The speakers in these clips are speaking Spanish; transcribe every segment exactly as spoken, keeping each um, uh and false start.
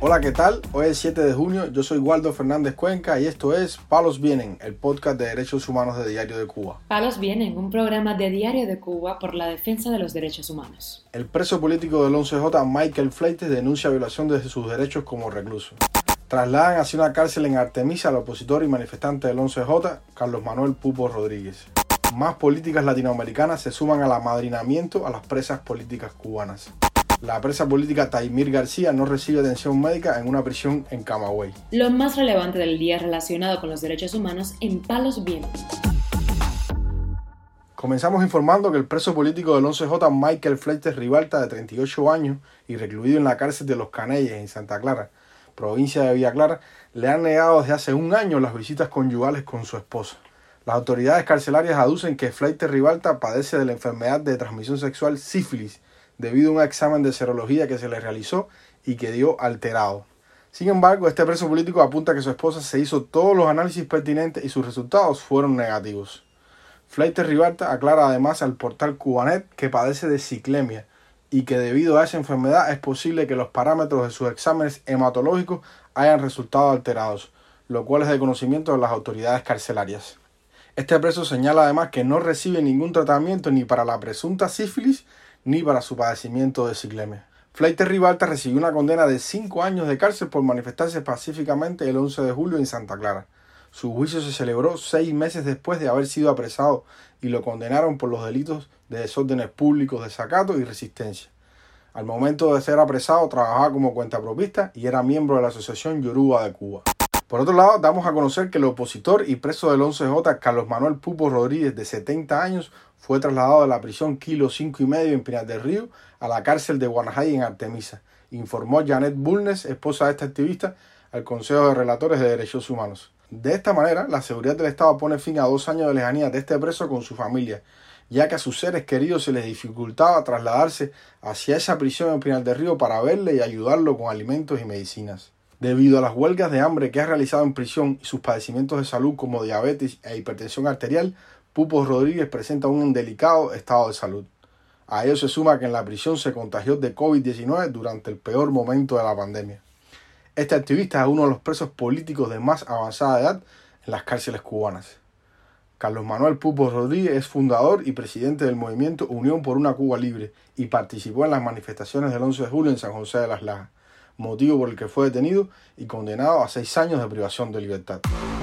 Hola, ¿qué tal? Hoy es siete de junio, yo soy Waldo Fernández Cuenca y esto es Palos Vienen, el podcast de derechos humanos de Diario de Cuba. Palos Vienen, un programa de Diario de Cuba por la defensa de los derechos humanos. El preso político del once J, Michael Fleites, denuncia violación de sus derechos como recluso. Trasladan hacia una cárcel en Artemisa al opositor y manifestante del once J, Carlos Manuel Pupo Rodríguez. Más políticas latinoamericanas se suman al amadrinamiento a las presas políticas cubanas. La presa política Taimir García no recibe atención médica en una prisión en Camagüey. Lo más relevante del día relacionado con los derechos humanos en Palos Vienen. Comenzamos informando que el preso político del once J, Michael Fleites Ribalta, de treinta y ocho años y recluido en la cárcel de Los Caneyes en Santa Clara, provincia de Villa Clara, le han negado desde hace un año las visitas conyugales con su esposa. Las autoridades carcelarias aducen que Fleites Ribalta padece de la enfermedad de transmisión sexual sífilis, debido a un examen de serología que se le realizó y que dio alterado. Sin embargo, este preso político apunta que su esposa se hizo todos los análisis pertinentes y sus resultados fueron negativos. Fleites Ribalta aclara además al portal Cubanet que padece de ciclemia y que debido a esa enfermedad es posible que los parámetros de sus exámenes hematológicos hayan resultado alterados, lo cual es de conocimiento de las autoridades carcelarias. Este preso señala además que no recibe ningún tratamiento ni para la presunta sífilis ni para su padecimiento de ciclemia. Fleites Ribalta recibió una condena de cinco años de cárcel por manifestarse pacíficamente el once de julio en Santa Clara. Su juicio se celebró seis meses después de haber sido apresado y lo condenaron por los delitos de desórdenes públicos, desacato y resistencia. Al momento de ser apresado trabajaba como cuentapropista y era miembro de la Asociación Yoruba de Cuba. Por otro lado, damos a conocer que el opositor y preso del once J, Carlos Manuel Pupo Rodríguez, de setenta años, fue trasladado de la prisión Kilo cinco y medio en Pinar del Río a la cárcel de Guanajay en Artemisa, informó Janet Bulnes, esposa de este activista, al Consejo de Relatores de Derechos Humanos. De esta manera, la seguridad del Estado pone fin a dos años de lejanía de este preso con su familia, ya que a sus seres queridos se les dificultaba trasladarse hacia esa prisión en Pinar del Río para verle y ayudarlo con alimentos y medicinas. Debido a las huelgas de hambre que ha realizado en prisión y sus padecimientos de salud como diabetes e hipertensión arterial, Pupo Rodríguez presenta un delicado estado de salud. A ello se suma que en la prisión se contagió de COVID diecinueve durante el peor momento de la pandemia. Este activista es uno de los presos políticos de más avanzada edad en las cárceles cubanas. Carlos Manuel Pupo Rodríguez es fundador y presidente del movimiento Unión por una Cuba Libre y participó en las manifestaciones del once de julio en San José de las Lajas, motivo por el que fue detenido y condenado a seis años de privación de libertad.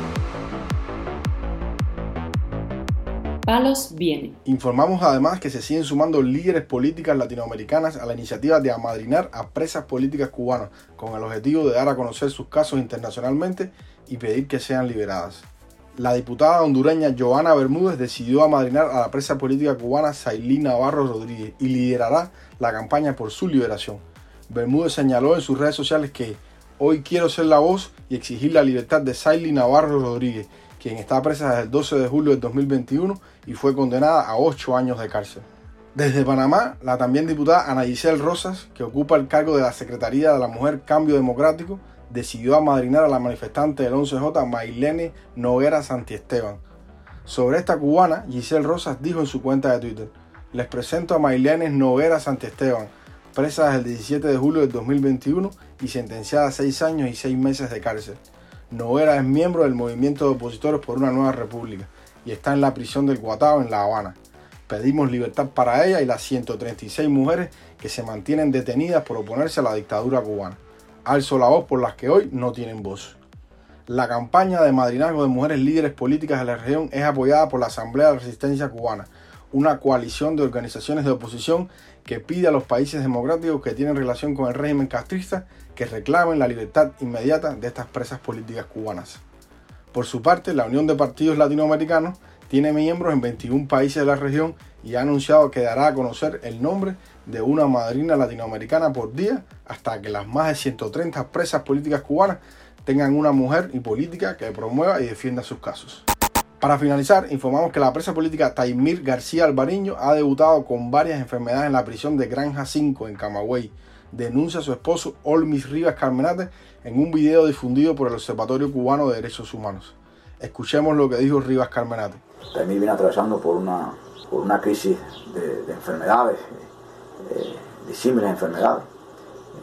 Palos Vienen. Informamos además que se siguen sumando líderes políticas latinoamericanas a la iniciativa de amadrinar a presas políticas cubanas, con el objetivo de dar a conocer sus casos internacionalmente y pedir que sean liberadas. La diputada hondureña Joana Bermúdez decidió amadrinar a la presa política cubana Sailí Navarro Rodríguez y liderará la campaña por su liberación. Bermúdez señaló en sus redes sociales que hoy quiero ser la voz y exigir la libertad de Sailí Navarro Rodríguez, quien está presa desde el doce de julio del dos mil veintiuno y fue condenada a ocho años de cárcel. Desde Panamá, la también diputada Ana Giselle Rosas, que ocupa el cargo de la Secretaría de la Mujer Cambio Democrático, decidió amadrinar a la manifestante del once J, Maylene Noguera Santiesteban. Sobre esta cubana, Giselle Rosas dijo en su cuenta de Twitter: "Les presento a Maylene Noguera Santiesteban, presa desde el diecisiete de julio del dos mil veintiuno y sentenciada a seis años y seis meses de cárcel. Noguera es miembro del movimiento de opositores por una nueva república y está en la prisión del Guatao en La Habana. Pedimos libertad para ella y las ciento treinta y seis mujeres que se mantienen detenidas por oponerse a la dictadura cubana. Alzo la voz por las que hoy no tienen voz". La campaña de madrinazgo de mujeres líderes políticas de la región es apoyada por la Asamblea de Resistencia Cubana, una coalición de organizaciones de oposición que pide a los países democráticos que tienen relación con el régimen castrista que reclamen la libertad inmediata de estas presas políticas cubanas. Por su parte, la Unión de Partidos Latinoamericanos tiene miembros en veintiún países de la región y ha anunciado que dará a conocer el nombre de una madrina latinoamericana por día hasta que las más de ciento treinta presas políticas cubanas tengan una mujer y política que promueva y defienda sus casos. Para finalizar, informamos que la presa política Taimir García Alvariño ha debutado con varias enfermedades en la prisión de Granja cinco en Camagüey. Denuncia a su esposo Olmis Rivas Carmenate en un video difundido por el Observatorio Cubano de Derechos Humanos. Escuchemos lo que dijo Rivas Carmenate. Taimir viene atravesando por una, por una crisis de, de enfermedades, eh, disímiles enfermedades. Eh,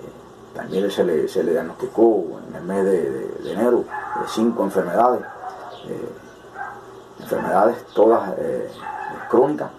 También se le, se le diagnosticó en el mes de, de, de enero eh, cinco enfermedades, eh, enfermedades todas eh, crónicas,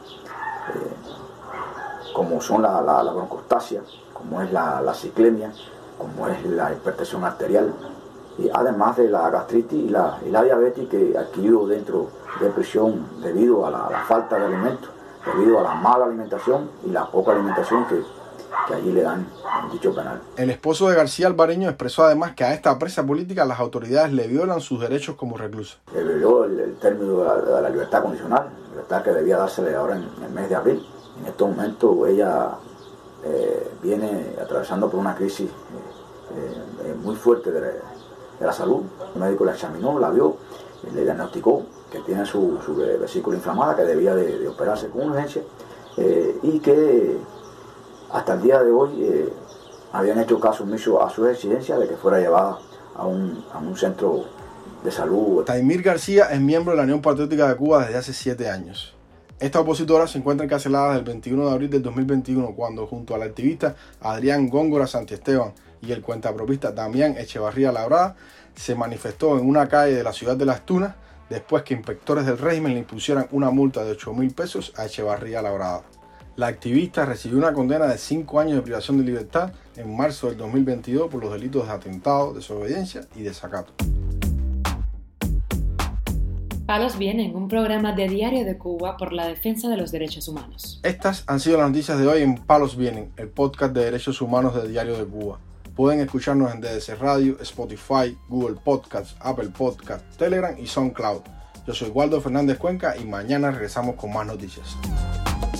eh, como son la, la, la broncostasia, como es la, la ciclemia, como es la hipertensión arterial, y además de la gastritis y la, y la diabetes que adquirió dentro de prisión debido a la, a la falta de alimentos, debido a la mala alimentación y la poca alimentación que, que allí le dan en dicho penal. El esposo de García Alvareño expresó además que a esta presa política las autoridades le violan sus derechos como recluso. Le violó el, el término de la, de la libertad condicional, libertad que debía dársele ahora en, en el mes de abril. En estos momentos ella eh, viene atravesando por una crisis eh, eh, muy fuerte de la, de la salud. El médico la examinó, la vio, le diagnosticó que tiene su, su vesícula inflamada, que debía de, de operarse con urgencia, eh, y que hasta el día de hoy eh, habían hecho caso omiso a su exigencia de que fuera llevada a un, a un centro de salud. Taimir García es miembro de la Unión Patriótica de Cuba desde hace siete años. Esta opositora se encuentra encarcelada desde el veintiuno de abril del dos mil veintiuno, cuando junto al activista Adrián Góngora Santiesteban y el cuentapropista Damián Echevarría Labrada se manifestó en una calle de la ciudad de Las Tunas después que inspectores del régimen le impusieran una multa de ocho mil pesos a Echevarría Labrada. La activista recibió una condena de cinco años de privación de libertad en marzo del dos mil veintidós por los delitos de atentado, desobediencia y desacato. Palos Vienen, un programa de Diario de Cuba por la defensa de los derechos humanos. Estas han sido las noticias de hoy en Palos Vienen, el podcast de derechos humanos de Diario de Cuba. Pueden escucharnos en D D C Radio, Spotify, Google Podcasts, Apple Podcasts, Telegram y SoundCloud. Yo soy Waldo Fernández Cuenca y mañana regresamos con más noticias.